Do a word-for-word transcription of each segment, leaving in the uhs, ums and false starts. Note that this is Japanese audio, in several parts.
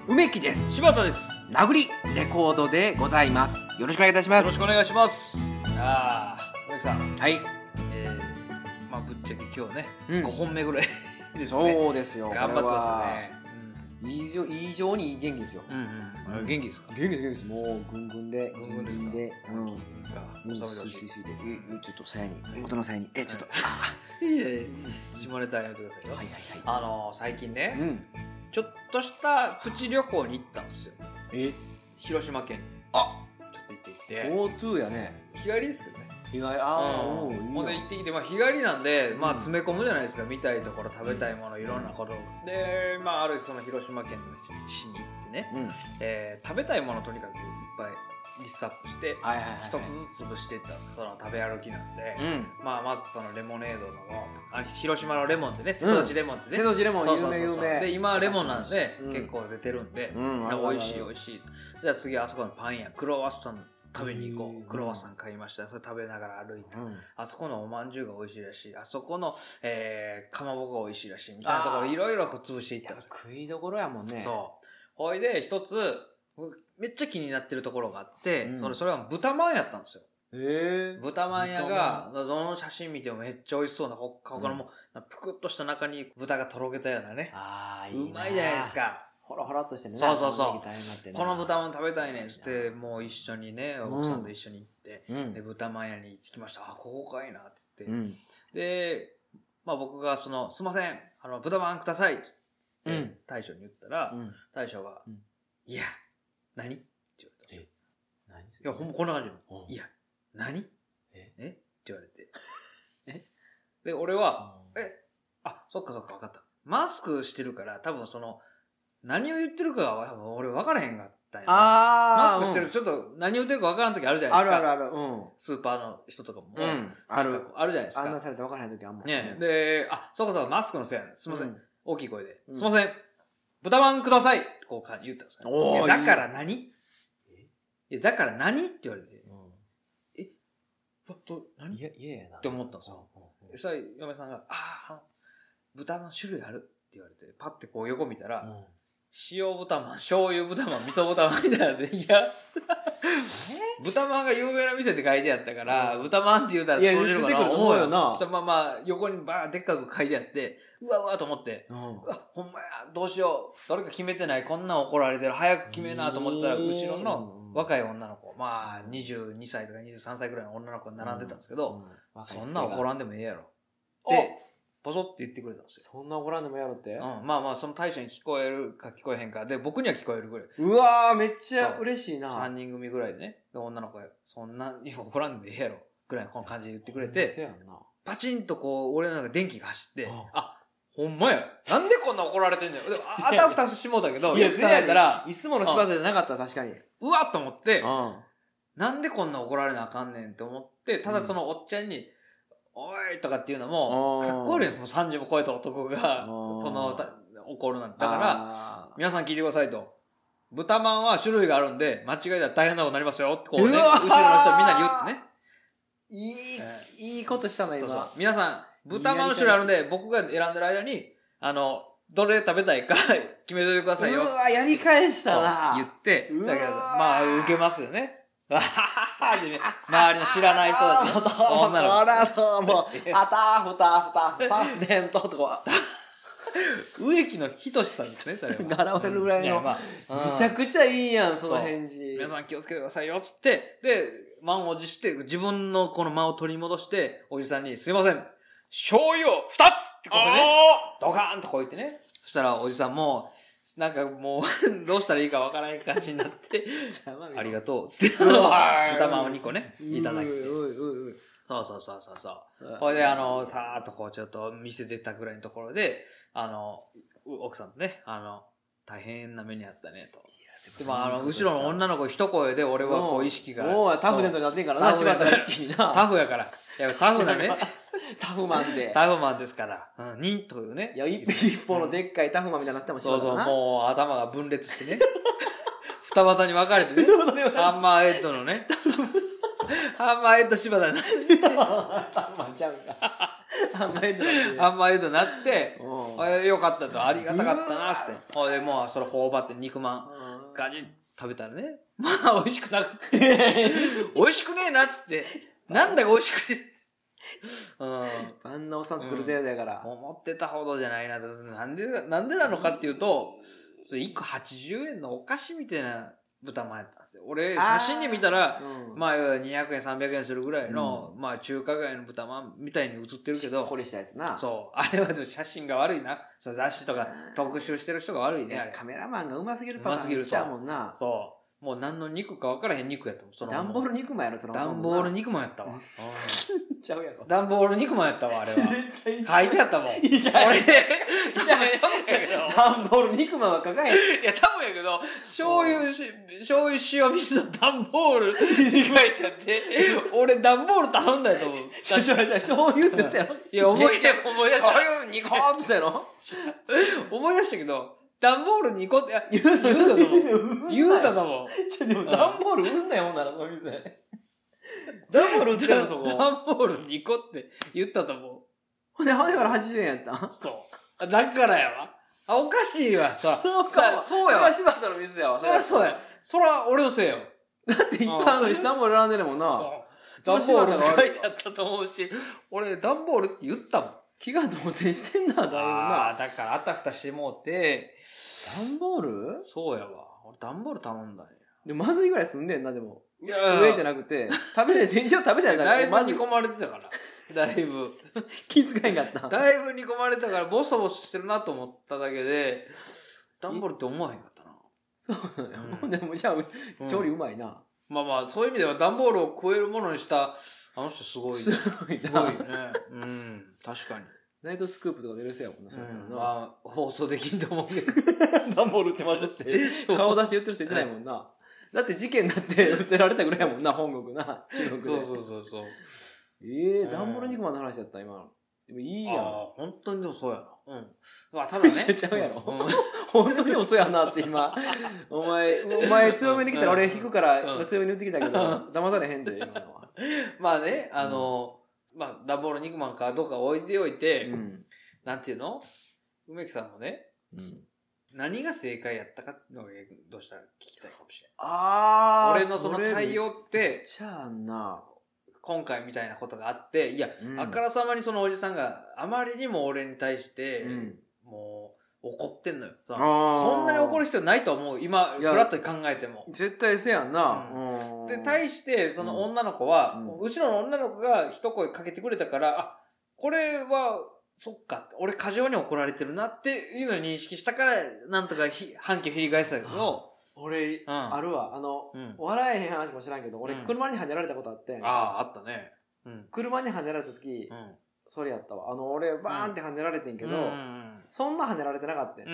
梅木です。 柴田です。 殴りレコードでございます。よろしくお願いいたします。 よろしくお願いします。ああ、梅木さん。 はい。 えー、まあぶっちゃけ今日ね、 うん、 ごほんめぐらいですね。 そうですよ。 頑張ってますね。 うん、異常異常に元気ですよ。 うんうん。元気ですか？ 元気です元気です。もうぐんぐんでぐんぐんですか？ で、うん。 か。 うん、 収めてほしい。 しいしいで、え、ちょっと鞘に、元の鞘に、え、ちょっと、 あ、いやいや、下ネタやめてくださいよ。 はいはいはい。 あの最近ね、 うん、 ちょっとしたプチ旅行に行ったんですよ。 え、 広島県。 あ、 ちょっと行ってきて。 ゴートゥー やね。 日帰りですけどね。 意外、ああ、 うん、ほんで行ってきて、まあ、日帰りなんで、まあ、詰め込むじゃないですか、見たいところ、食べたいもの、いろんなことで、まあ、あるその広島県の市に行ってね、うん、えー、食べたいものとにかくいっぱいリストアップして、はいはいはいはい、一つずつ潰していったんです。その食べ歩きなんで、うん、まあ、まずそのレモネードのあ広島のレモンってね、瀬戸内レモンってね、 瀬戸内レモン有名有名有名で、今はレモンなんで、うん、結構出てるんで、 うん、 美味しい美味しい。じゃあ次あそこのパン屋クロワッサン食べに行こう。クロワッサン買いました。それ食べながら歩いた、うん、あそこのおまんじゅうが美味しいらしい、あそこの、えー、かまぼこが美味しいらしいみたいなところいろいろ潰していったんですよ。 食いどころやもんね。 そうほいで一つめっちゃ気になってるところがあって、うん、それそれは豚まんやったんですよ。 へー、 豚まん屋がどの写真見てもめっちゃ美味しそうな他のも、うん、ぷくっとした中に豚がとろけたようなね、あーいい、うまいじゃないですか。 ほらほらっとしてね。 そうそうそう。この豚まん食べたいねっつって、もう一緒にね、奥さんと一緒に行って、うん、で豚まん屋に着きました。あ、ここかいなって言って、うん、で、まあ僕がその、すいません、あの、豚まんくださいっつって、うん、大将に言ったら、うん、大将が、うん、いや、何って言われたんですよ。え、何？いや、ほんまこんな感じの。いや、何？ええって言われて。えで、俺は、え、あ、そっかそっか分かった。マスクしてるから、多分その、何を言ってるかは俺分からへんかったんや。マスクしてる、ちょっと何を言ってるか分からん時あるじゃないですか。 あるあるある。うん。 スーパーの人とかも。 うん。ある。 あるじゃないですか。 案内されて分からへん時あんもん。 ね。で、あ、そうかそうか、マスクのせいやね。すいません。大きい声で。すいません。豚まんくださいってこう言ったんですよ。おー。だから何？いや、だから何って言われて。え、ちょっと何？いや、いややな。って思ったんですよ。そしたら嫁さんが、ああ、豚まん種類あるって言われて、パッてこう横見たら、塩豚まん、醤油豚まん、味噌豚まんみたいなんで、いや、豚まんが有名な店って書いてあったから、うん、豚まんって言うたら通じるかな思うよな。そしたらまあまあ、横にバーでっかく書いてあって、うわうわと思って、うん、うわ、ほんまや、どうしよう。誰か決めてない、こんなん怒られてる、早く決めなと思ったら、後ろの若い女の子、まあ、にじゅうにさいとかにじゅうさんさいぐらいの女の子が並んでたんですけど、うんうん、そんな怒らんでもええやろ。で、ポソって言ってくれたんですよ。 そんな怒らんでもやろって、 うん、まあまあその大将に聞こえるか聞こえへんかで僕には聞こえるぐらい。 うわーめっちゃ嬉しいな。 さんにん組ぐらいでね、で女の子がそんなに怒らんでもええやろぐらいのこの感じで言ってくれて、パチンとこう俺の中電気が走って、あ、ほんまや、なんでこんな怒られてんだよ。あたふたしてもうたけど、 いや考えたらいつもの柴田じゃなかった。確かにうわっと思って、なんでこんな怒られなあかんねんって思って、ただそのおっちゃんにおいとかっていうのもかっこ悪いんです。もうさんじゅうも超えた男がその怒るなんて。だから皆さん聞いてくださいと、豚まんは種類があるんで間違えたら大変なことになりますよってこうね、後ろの人みんなに言ってね、 いい、えー、いいことしたな今。そうそう、 皆さん豚まんの種類あるんで僕が選んでる間にあのどれ食べたいか決めといてくださいよ。 うわやり返したな言って、まあ受けますよね。わはははで周りの知らない人だって女の子もうあたふたふたふたふでんととか植木のひとしさんですね、それは習われるぐらいの、まあ、むちゃくちゃいいやんその返事。 皆さん気をつけてくださいよっつって、で満を持して自分のこの間を取り戻しておじさんにすいません醤油をふたつってこうねドカーンとこう言ってね、そしたらおじさんもなんかもうどうしたらいいかわからない感じになってありがとうつって豚まんをにこねいただいて、そうそうそうそうそう、これであのさーっとこうちょっと見せてたぐらいのところであの奥さんとね、あの大変な目にあったねと。でもあの後ろの女の子一声で俺はこう意識がそうタフネットになってんからな、柴田一気になタフやから、いやタフなねタフマンでタフマンですから、うん、にというね、 いや一方のでっかいタフマンみたいになってもしまうからな。そうそう、もう頭が分裂してね二股に分かれてねハンマーヘッドのねハンマーヘッド柴田になってタフマンちゃうんかあんまりだあんまりとなって、 うんあよかったと、ありがたかったなって。ほいで、もう、それ頬張って肉まん、ガジッ食べたらね、まあ、美味しくなくて、美味しくねえなっつって、なんだか美味しくねえ。うん。 あんなおっさん作る程度やから、 うん。思ってたほどじゃないなと。なんで、なんでなのかっていうと、それいっこはちじゅうえんのお菓子みたいな豚まんやったんですよ。俺、写真で見たら、うん、まあ、にひゃくえん、さんびゃくえんするぐらいの、うん、まあ、中華街の豚まんみたいに写ってるけど。 しっこりしたやつな。 そう。あれはでも写真が悪いな。そ雑誌とか特集してる人が悪いね。あれカメラマンがうますぎるパターンちゃうもんな。 そう。もう何の肉か分からへん肉やったもん。 その段ボール肉まんやろ、その段ボール肉まんやったわ。 ちゃうやろ。 段ボール肉まんやったわ、あれは。書いてあったもん。いや、俺、じゃあ、 段ボール肉まんは書かへん。 いや、多分やけど、醤油、醤油塩水の段ボールって書いてあって、俺段ボール頼んだよと思う。 醤油って言ったやろ。 いや、思い出、思い出した。 醤油にこーって言ったやろ。 思い出したけど、段ボールにこって、言うたと思う。言うたと思う。 ちょ、でも段ボール売んなよ、ほんなら、その店。段ボール売ってたの、そこ。 段ボールにこって言ったと思う。 ほんで、ほんでからはちじゅうえんやったん？ そう。だからやわ。あ、おかしいわ。さ、 さ、そうやわ。そら柴田の店やわ。 そらそうや。そら俺のせいよ。 だっていっぱいあるのに段ボール選んでるもんな。 段ボールって書いてあったと思うし、俺段ボールって言ったもん。 気が動転してんな、だいぶな。ああ、だからあたふたしてもうて、 段ボール？ そうやわ。俺段ボール頼んだんや。 でもまずいぐらい住んでんな、でも。いや上じゃなくて、食べれ、電車を食べたらだいぶ煮込まれてたから。だいぶ。 気遣いがあった。 だいぶ煮込まれてたから、ボソボソしてるなと思っただけで、段ボールって思わへんかったな。 そうだよ。うん、でもじゃあ、調理うまいな。うん、 まあまあ、そういう意味では段ボールを超えるものにした、あの人すごいね。 すごいな。 すごいね。うん。確かに。 ナイトスクープとか出るせやもんな、そうやったらな。 まあ、放送できんと思うけど。 段ボール売ってますって。顔出して言ってる人いてないもんな。だって事件だって売ってられたぐらいやもんな、本国な。中国で。 そうそうそうそう。 ええー、段ボール肉まんの話だった、今の。でもいいやん。ああ、本当にでもそうやな。うん。まあ、ただね。 ちゃうやろ。うん、本当にもそうやなって今。お前、お前強めに来たら俺引くから強めに言ってきたけど、騙されへんで、今のは。 まあね、あの、うん、まあ、段ボール肉まんかどうか置いておいて、うん、なんていうの梅木さんもね、うん、何が正解やったかっていうのがどうしたら聞きたいかもしれない。 ああ。俺のその対応って、 ちゃあな。 今回みたいなことがあって、いや、うん、あからさまにそのおじさんがあまりにも俺に対して、うん、もう怒ってんのよ。そんなに怒る必要ないと思う。今、フラットに考えても。 絶対せやんな。 うん、で、対してその女の子は、うん、後ろの女の子が一声かけてくれたから、あ、これは、そっか、俺過剰に怒られてるなっていうのを認識したから、なんとかひ反旗を翻したけど、 俺、うん、あるわ。あの、うん、笑えへん話も知らんけど、俺、車に跳ねられたことあってん。 ああ、あったね。 うん、車に跳ねられた時、うん、それやったわ。あの、俺、バーンって跳ねられてんけど、うん、そんな跳ねられてなかったん。うん、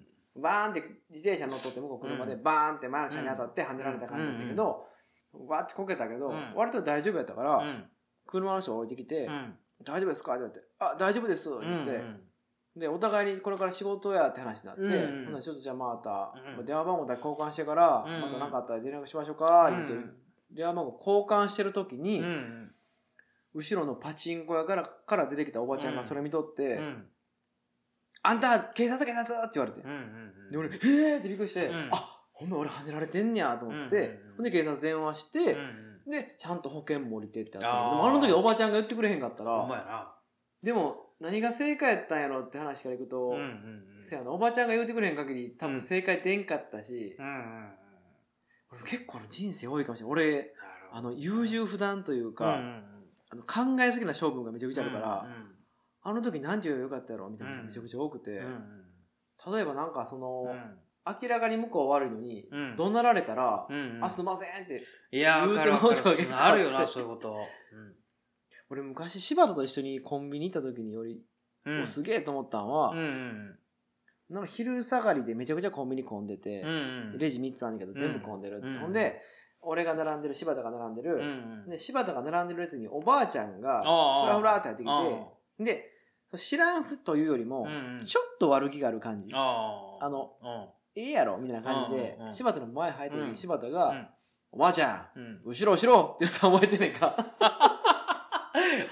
バーンって自転車乗っとって向こう車で、バーンって前の車に当たって跳ねられた感じだったけど、バーってこけたけど、割と大丈夫やったから、車の人置いてきて、大丈夫ですかって言われて、あ、大丈夫ですって言って、で、お互いにこれから仕事やって話になって、うん、ほんなちょっとじゃあまた、うん、電話番号だけ交換してから、うん、また何かあったら連絡しましょうか、言って、うん、電話番号交換してる時に、うん、後ろのパチンコ屋からから出てきたおばちゃんがそれ見とって、うん、あんた、警察警察って言われて、うんうんうん、で、俺、えーってびっくりして、うん、あ、ほんま俺跳ねられてんねやと思って、うんうんうん、ほんで警察電話して、うんうん、で、ちゃんと保険も降りてってあったんだけど、でもあの時おばちゃんが言ってくれへんかったら、 ほんまやな。 でも、何が正解やったんやろって話からいくと、うんうんうん、せやな、おばちゃんが言うてくれへん限り多分正解出んかったし、うんうんうん、俺結構人生多いかもしれない。俺、あの、優柔不断というか、うんうん、あの考えすぎな勝負がめちゃくちゃあるから、うんうん、あの時何時が良かったやろみたいなのがめちゃくちゃ多くて、うんうん、例えばなんかその、うん、明らかに向こう悪いのに、うん、怒鳴られたら、うんうん、あ、すいませんって言うてもうとが結構あるよな、そういうこと。うん俺昔柴田と一緒にコンビニ行った時により、うん、すげえと思ったのは、うんうん、なんか昼下がりでめちゃくちゃコンビニ混んでて、うんうん、レジみっつあるんだけど全部混んでる、うん、ほんで俺が並んでる柴田が並んでる、うんうん、で柴田が並んでる列におばあちゃんがフラフラって入ってきてで知らんというよりも、うんうん、ちょっと悪気がある感じあのええやろみたいな感じで柴田の前入った時に柴田が、うん、おばあちゃん、うん、後ろ後ろって言ったら覚えてねえか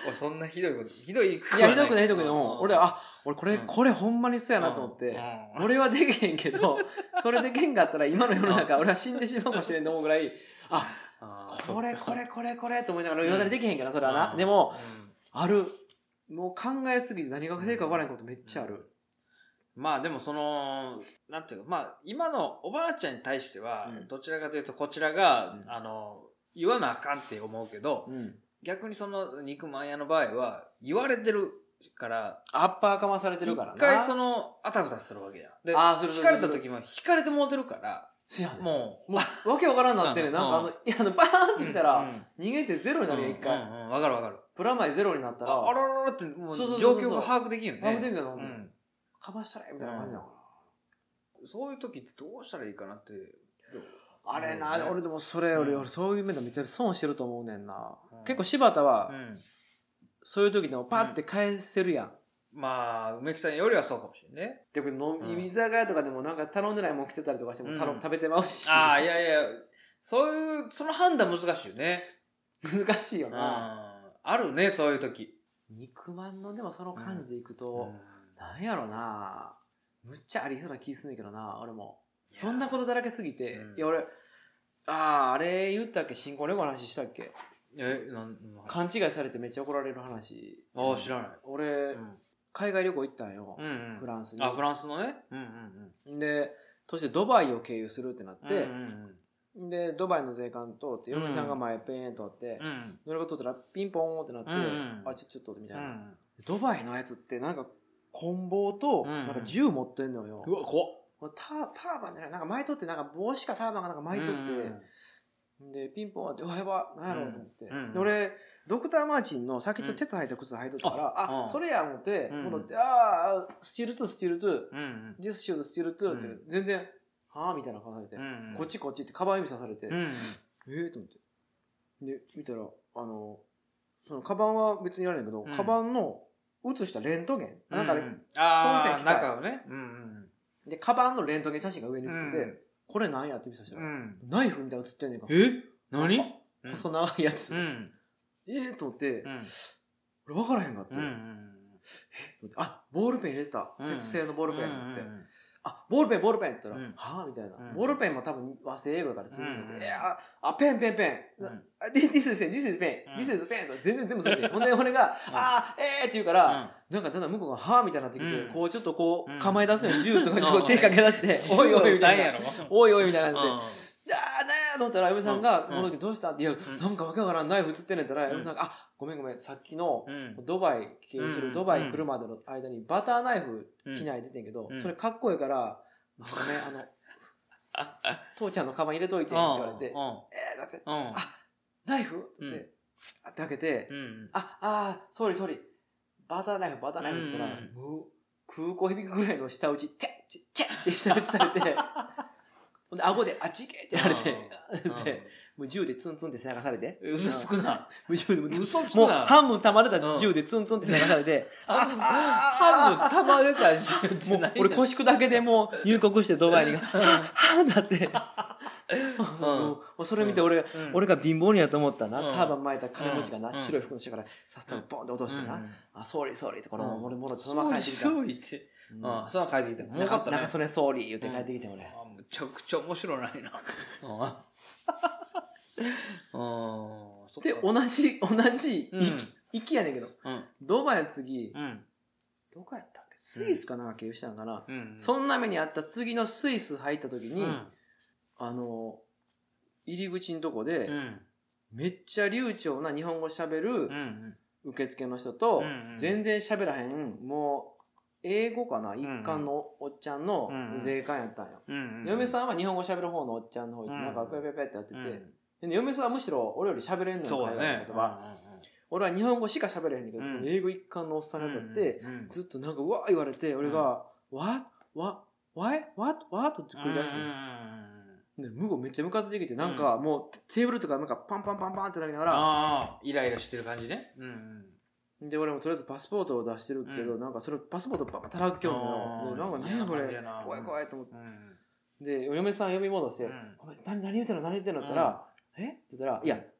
そんなひどいこと、ひどい。いや、ひどくないひどくない。俺、あ、俺これ、これほんまにそうやなと思って、俺はできへんけど、それできへんかったら今の世の中、俺は死んでしまうかもしれんと思うぐらい、あ、これこれこれこれと思いながら、言われできへんけど、それはな。でも、ある。もう考えすぎて何が正解か分からないことめっちゃある。 まあでもその、なんていうか、まあ今のおばあちゃんに対しては、どちらかというとこちらが、あの、言わなあかんって思うけど、逆にその肉まん屋の場合は言われてるからアッパーかまされてるからな一回そのあたふたするわけやで引かれた時も引かれてもうてるからもうもうわけわからんなってねなんかあのいやあのバーンってきたら逃げてゼロになるやん一回わかるわかるプラマイゼロになったらあらららってもう状況が把握できるよね把握できるよねかましたらみたいな感じだからそういう時ってどうしたらいいかなってあれな、俺でもそれより、俺そういう面でめっちゃ損してると思うねんな。結構柴田は、そういう時でもパッて返せるやん。 まあ、梅木さんよりはそうかもしれんね。 で、これ飲み居酒屋とかでもなんか頼んでないもん来てたりとかしても食べてまうし。 ああ、いやいや、そういう、その判断難しいよね。 難しいよな。 あるね、そういう時。 肉まんのでもその感じでいくと、なんやろな。むっちゃありそうな気すんねんけどな、俺も。そんなことだらけすぎて、うん、いや俺、ああ、あれ言ったっけ新婚旅行の話したっけえ、なん、勘違いされてめっちゃ怒られる話。 ああ、知らない。 俺、うん、海外旅行行ったんよ。うんうん、フランスに。 あ、フランスのね。うんうんうん。で、そしてドバイを経由するってなって、うんうんうん、で、ドバイの税関通って、嫁さんが前ペーンと通って、うん、それが通ったらピンポーンってなって、うんうん、あ、ちょ、ちょっと、みたいな、うん。ドバイのやつってなんか、棍棒と、なんか銃持ってんのよ。 うんうん、うわ、怖っ。 タ, ターバンでなんか巻いとってなんか帽子かターバンかなんか巻いとって、うん、でピンポンってうわやば何やろうと思って、うん、で俺ドクターマーチンの先っちょ鉄履いた靴履いとったから、うん、あ, あそれや思って戻って、うん、ああスチールトゥスチールトゥ、うん、ジスシュードスチールトゥって、うん、全然はあみたいな顔されて、うん、こっちこっちってカバン指さされて、うん、ええー、と思ってで見たらあのそのカバンは別にやらないけど、うん、カバンの写したレントゲン、うん、なんかね、うん、 ああ中をね、うんうんで、カバンのレントゲン写真が上に写ってて、うん、これ何やって見させたら、うん、ナイフみたいなの写ってんねんか。 え何細長いやつ。うん、ええー、と思って、うん、俺分からへんかって。うんうん、えあ、ボールペン入れてた。鉄製のボールペンって。うんうんうんあ、ボールペン、ボールペンって言ったら、うん、はぁみたいな、うん。ボールペンも多分和製英語だから通じるので、うん、えあ、あ、ペン、ペン、ペン。うん、this, this is pen, this is pen, this is pen と全然全部それで。ほんで、俺が、あ、えーって言うから、うん、なんかだんだん向こうが、はぁみたいになってきて、うん、こうちょっとこう、構え出すように銃とかちょっと手かけ出して、おいおいみたいな。おいおいみたいな感じで。あー、なんやと思ったら、嫁さんが、この時どうしたって、いや、なんかわけわからんナイフ映ってんねんったら、嫁さんが、あ、ごめんごめん、さっきの、ドバイ、経由するドバイ来るまでの間に、バターナイフ機内出てんけど、それかっこいいから、ごめん、あの、父ちゃんのカバン入れといて、って言われて、えー、だって、あ、ナイフって言って、あって開けて、あ、あー、ソーリーソーリー、バターナイフ、バターナイフって言ったら、もう、空港響くぐらいの舌打ち、チェッ、チェッ、チェッって舌打ちされて、ほんで、顎で、あっち行けって言われて、で、もう銃でツンツンって背中されて。 嘘つくな。 嘘つくな。もう半分溜まれた銃でツンツンって背中されて、 半分溜まれた銃ってもう俺腰砕けでもう入国してドバイにが、はぁだって。それ見て俺、俺が貧乏にやと思ったな。ターバン巻いた金持ちがな、白い服の下からさっさとボンって落としてな。あ、ソーリーソーリーってこの俺もろそのまま帰ってきた。 ソーリーって。うん、その帰ってきてもうかったね。 なんかそれソーリー言って帰ってきて俺。 むちゃくちゃ面白ないな。 で、同じ、同じ、行きやねんけど、ドバイの次、どこやったっけスイスかなんか経由したんかな。そんな目にあった次のスイス入った時に、あの、入り口のとこで、めっちゃ流暢な日本語喋る受付の人と、全然喋らへん、もう、英語かな一貫のおっちゃんの税関やったんよ。嫁さんは日本語喋る方のおっちゃんの方行って、なんかペペペってやってて、で嫁さんはむしろ俺より喋れんのよ、海外の言葉。俺は日本語しか喋れへんねんけど、その英語一貫のおっさんに当たって、ずっとなんかうわー言われて、俺が、what? what? why? what? what? って繰り返して。で、向こうめっちゃムカついてきて、なんかもうテーブルとかなんかパンパンパンパンってなりながら、 あイライラしてる感じね。 で、俺もとりあえずパスポートを出してるけど、うん、なんかそれパスポートバンたらっきょんのよ。で、なんか何これ、怖い怖いと思って。うん、で、お嫁さん呼び戻して、うん、何、何言うてんの何言ってんのって言ったら、うん、えって言ったら、いや、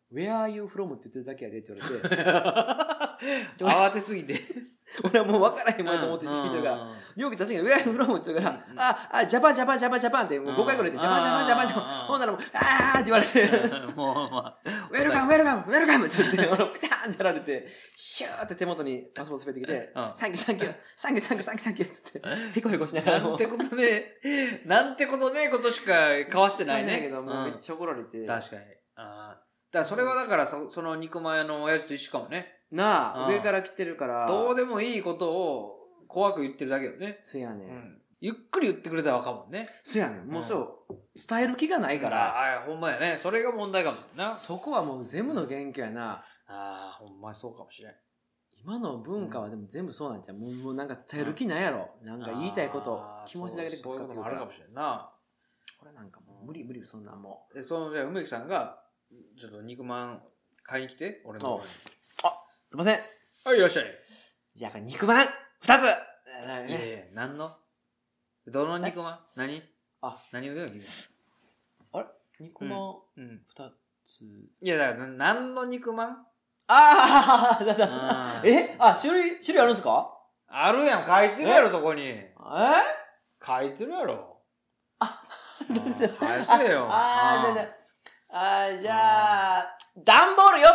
Where are you from? って言ってるだけやでって言われて。 慌てすぎて。 俺はもう分からへんもんと思って聞いてるから。よく確かに Where are you from? って言うから、あ、あ、ジャパン、ジャパン、ジャパン、ジャパンってもうごかいぐらいで、ジャパン、ジャパン、ジャパン、ジャパン。ほんならもう、あーって言われて、 もう、まあ。 ウェルカム、ウェルカム、ウェルカムって言って、俺、ピターンってやられて、シューって手元にパスポート滑ってきて、サンキュー、サンキュー、サンキュー、サンキュー、サンキュー、サンキューって言って、ヘコヘコしながら。 なんてことね、なんてことね、ことしか交わしてないね。 けど、もうめっちゃ怒られて。 確かに。ああ。だからそれはだからそ、その肉まん屋の親父と一緒かもね。 なあ、上から来てるから。 どうでもいいことを怖く言ってるだけよね。 そうやね、 うん。ゆっくり言ってくれたらわかるもんね。 そうやね、もうそう、伝える気がないから。 ああ、ほんまやね。それが問題かもしれんな。 そこはもう全部の元凶やな。 ああ、ほんまにそうかもしれん。 今の文化はでも全部そうなんちゃう。もう、もうなんか伝える気ないやろ。なんか言いたいこと、気持ちだけで使ってくるから。そういうのもあるかもしれんな。 これなんかもう無理無理、そんなんもう。 で、その、じゃあ、梅木さんが、ちょっと肉まん買いに来て、俺の。 あ、すいません。 はい、いらっしゃい。 じゃあ、肉まん二つ。いやいやいや、何のどの肉まん何あ、 何を言うのあれ肉まん二つ。 いや、だから、何の肉まんああ、だだ。えあ、種類、種類あるんですか？ あるやん、書いてるやろ、そこに。え書いてるやろ。 あ、 返せよ。 ああ、だだ。あー、じゃあ、段ボールよっ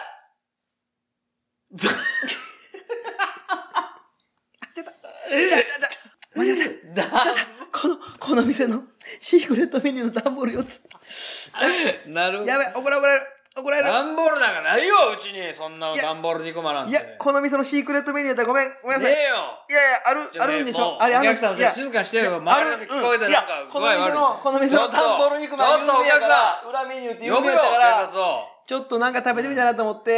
つちょっと、ちょっと、間違えた。この、この店のシークレットメニューの段ボールよっつ。 なるほど。 やべ、怒られる。怒られる。 段ボールなんかないよ、うちに。そんな段ボールにこまなんて。 いや、この店のシークレットメニューだったらごめん、ごめんなさい。 ねえよ。 いやいや、ある、あるんでしょ。あれ、ある。 お客さん、静かにしてよ。周りの聞こえたらなんか、 この店の、この店の段ボール肉まん。 ちょっとお客さん。 裏メニューって有名だから、ちょっとなんか食べてみたいなと思って、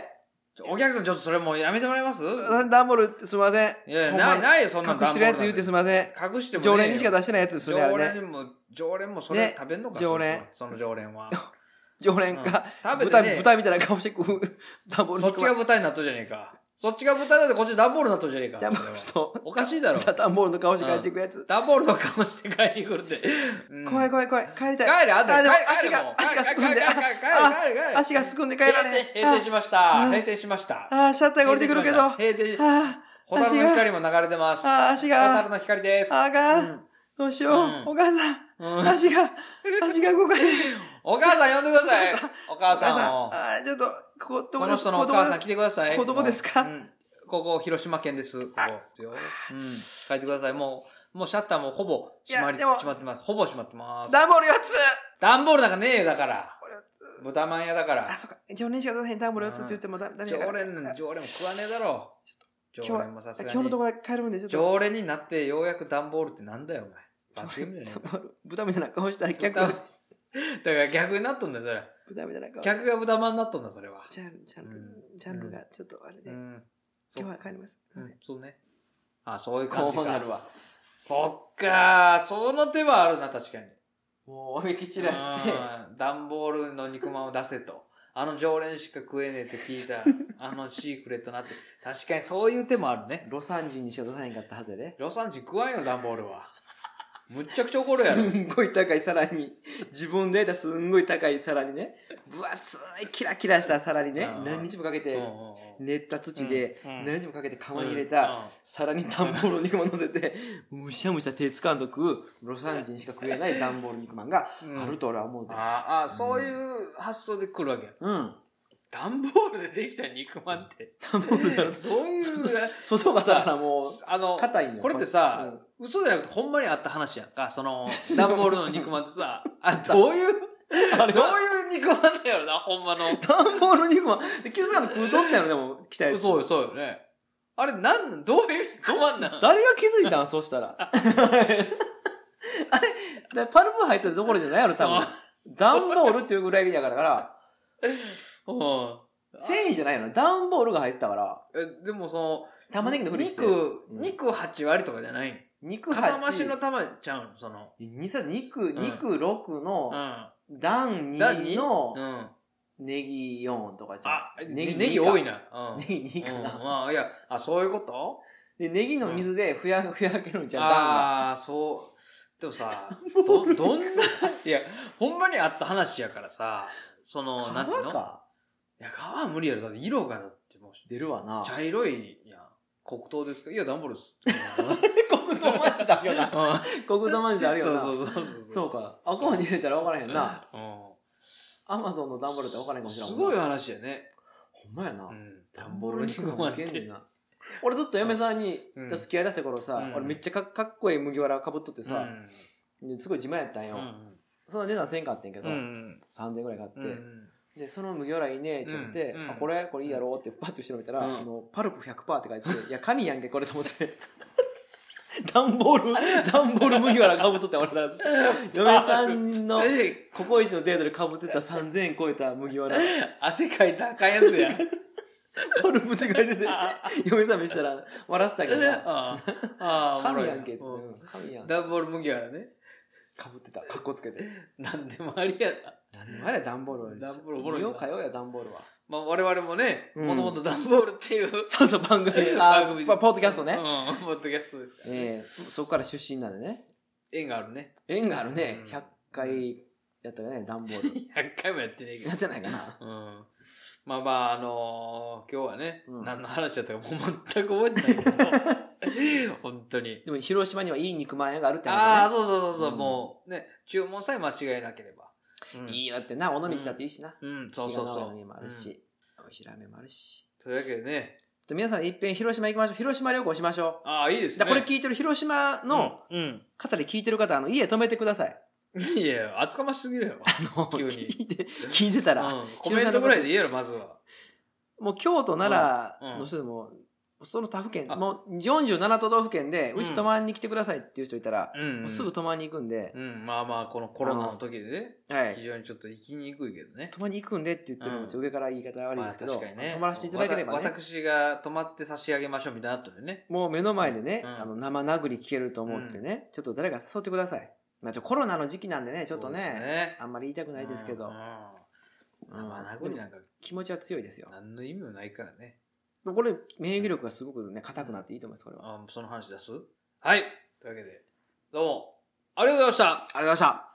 お客さんちょっとそれもうやめてもらえます？ 段ボールってすみません。 いやいや、ない、ないよ、そんな隠してるやつ言うてすみません。 隠しても常連にしか出してないやつですよね、あれね。 常連も、常連もそれ食べんのか、 常連。 その常連は。 常連か、 豚みたいな顔して食う段ボール。 そっちが豚になっとるじゃねえか。そっちが豚だってこっち段ボールになっとるじゃねえか。 じゃあ、 おかしいだろ。 段ボールの顔して帰っていくやつ。 段ボールの顔して帰りに来るって。 怖い怖い怖い。帰りたい。 帰れ、あんたあ、でも足が、足がすくんで。 帰れ、帰れ、帰れ。 足がすくんで帰られへん。 閉店しました。閉店しました。 ああ、シャッターが降りてくるけど。 閉店。ホタルの光も流れてます。 ああ、足が。 ホタルの光です。 あかん。どうしよう。お母さん。足が、足が動かない。 お母さん呼んでください。お母さんを。 ああ、ちょっと、ここ、 この人のお母さん来てください。 ここどこですか？ ここ、広島県です。ここですよ。うん。帰ってください。もう、もうシャッターもほぼ閉まり、閉まってます。ほぼ閉まってます。 段ボールよっつ段ボールなんかねえよ、だから。豚まん屋だから。 あ、そっか。常連しか出せへん段ボールよっつって言ってもダメだから。 常連、常連も食わねえだろ。常連もさすがに。 今日のところ帰るんでちょっと。 常連になってようやく段ボールってなんだよ、お前。罰ゲームじゃねえか。 豚みたいな顔したら逆。 だから逆になっとんだよ、それ。 豚みたいな顔。 客が豚まんになっとんだ、それは。 ジャンル、ジャンル、ジャンルがちょっとあれで。今日は帰ります。 そうね。あ、そういう感じか。 こうなるわ。 そっかー、その手はあるな、確かに。 もう、おめき散らして。 段ボールの肉まんを出せと。あの常連しか食えねえって聞いた、あのシークレットなって。確かにそういう手もあるね。 魯山人にしか出さへんかったはずやで。 魯山人食わんよ、段ボールは。むっちゃくちゃ怒るやろ。 すんごい高い皿に、自分で得たすんごい高い皿にね、分厚いキラキラした皿にね、何日もかけて、練った土で、何日もかけて釜に入れた皿に段ボールの肉まん乗せて、むしゃむしゃ手つかんと食う、魯山人しか食えない段ボール肉まんがあると俺は思うで。 ああ、そういう発想で来るわけ。 うん。 段ボールでできた肉まんって。 段ボールだろ。 どういう、 外がだからもう、 あの、硬いんよ。これってさ、うん、嘘じゃなくてほんまにあった話やんか。その、段ボールの肉まんってさ、あ、どういう、あれどういう肉まんだよな、ほんまの。 段ボール肉まん。気づかんと食うとったよ、でも、来たやつ。 そうよ、そうよね。あれ、なん、どういう肉まんなん？ 誰が気づいたんそうしたら。あれ、パルプ入ってるところじゃないやろ、多分。段ボールっていうぐらいだからから、うん。繊維じゃないの。段ボールが入ってたから。 え、でもその、 玉ねぎのふりして。 肉、肉はち割とかじゃない？ 肉はち。かさ増しの玉ちゃうのその。 肉、肉ろくの、段にの、ネギよんとかじゃん。 あ、ネギ、ネギ多いな。 ネギにかな。 まあ、いや、あ、そういうこと？ で、ネギの水でふや、ふやけるんじゃん、段が。ああ、そう。でもさ、ど、どんな、いや、ほんまにあった話やからさ、その、なんていうの？ いや、革は無理やろ。だって色がだってもう出るわな。 茶色いやん。黒糖ですか？いや、段ボールです。 黒糖マジであるよな。黒糖マジであるよな。 そうそうそうそう。 そうか。アカウントに入れたら分からへんな。 うん。 アマゾンの段ボールって分からへんかもしれない。 すごい話やね。 ほんまやな。 うん。 段ボールにこまってんな。俺ずっと嫁さんに付き合い出した頃さ、うん、俺めっちゃ か, かっこいい麦わらかぶっとってさ、うん、すごい自慢やったんよ、うん、そんな値段せんかってんけど、うん、さんぜんえんぐらい買って、うん、でその麦わらいいねって言って、うん、あこれこれいいやろってパッと後ろ見たら、うん、あのパルプ ひゃくパーセント って書いてていや神やんけこれと思って段ボール段ボール麦わらかぶっとって俺ら嫁さんのココイチのデートでかぶってたさんぜんえん超えた麦わら汗かいたらあかんやつやパルプって書いてて嫁さん見したら笑ってたけどなああ神やんけっつって、うん、神やんダンボール麦わらねかぶってたかっこつけてなんでもありやななんでもあれダンボールはダンボールおもろい見ようかよやダンボールはまあ我々もねもともとダンボールっていうそうそう番組番組ポッドキャストねうんポッドキャストですからええそこから出身なんでね縁があるね縁があるねひゃっかいやったかねダンボールひゃっかいもやってねえけどやってないかなうんまあまあ、あのー、今日はね、うん、何の話だったかもう全く覚えてないけど、本当に。 でも、広島にはいい肉まん屋があるって話、 ね、ああ、そうそうそうそう、うん、もうね、注文さえ間違いなければ。 うん、いいよってな、尾道だっていいしな。 うん、うん、そうそうそう。 にもあるし、美味しいラーメンもあるし。 というわけでね。 皆さんいっぺん広島行きましょう。広島旅行しましょう。ああ、いいですね。 これ聞いてる広島の方で聞いてる方、あの、家泊めてください。 いや、厚かましすぎるよ。 あの、急に。聞いて、聞いてたら。 うん、コメントぐらいで言えよ、まずは。 もう京都、奈良の人でも、うん、その他府県、もうよんじゅうなな都道府県で、うち泊まりに来てくださいっていう人いたら、うん、もうすぐ泊まりに行くんで、 うん、まあまあ、このコロナの時でね、はい、非常にちょっと行きにくいけどね。 泊まりに行くんでって言っても、うん、上から言い方悪いですけど、まあ、確かにね、泊まらせていただければね。 私が泊まって差し上げましょうみたいな後でね。 もう目の前でね、うん、あの生殴り聞けると思ってね、うん、ちょっと誰か誘ってください。まあ、ちょコロナの時期なんでね、ちょっと ね, ね、あんまり言いたくないですけど、うんうん、生殴りなんか気持ちは強いですよ。 何の意味もないからね。 これ免疫力がすごくね硬くなっていいと思いますこれは。 あ、その話出す？はい。というわけでどうもありがとうございました。 ありがとうございました。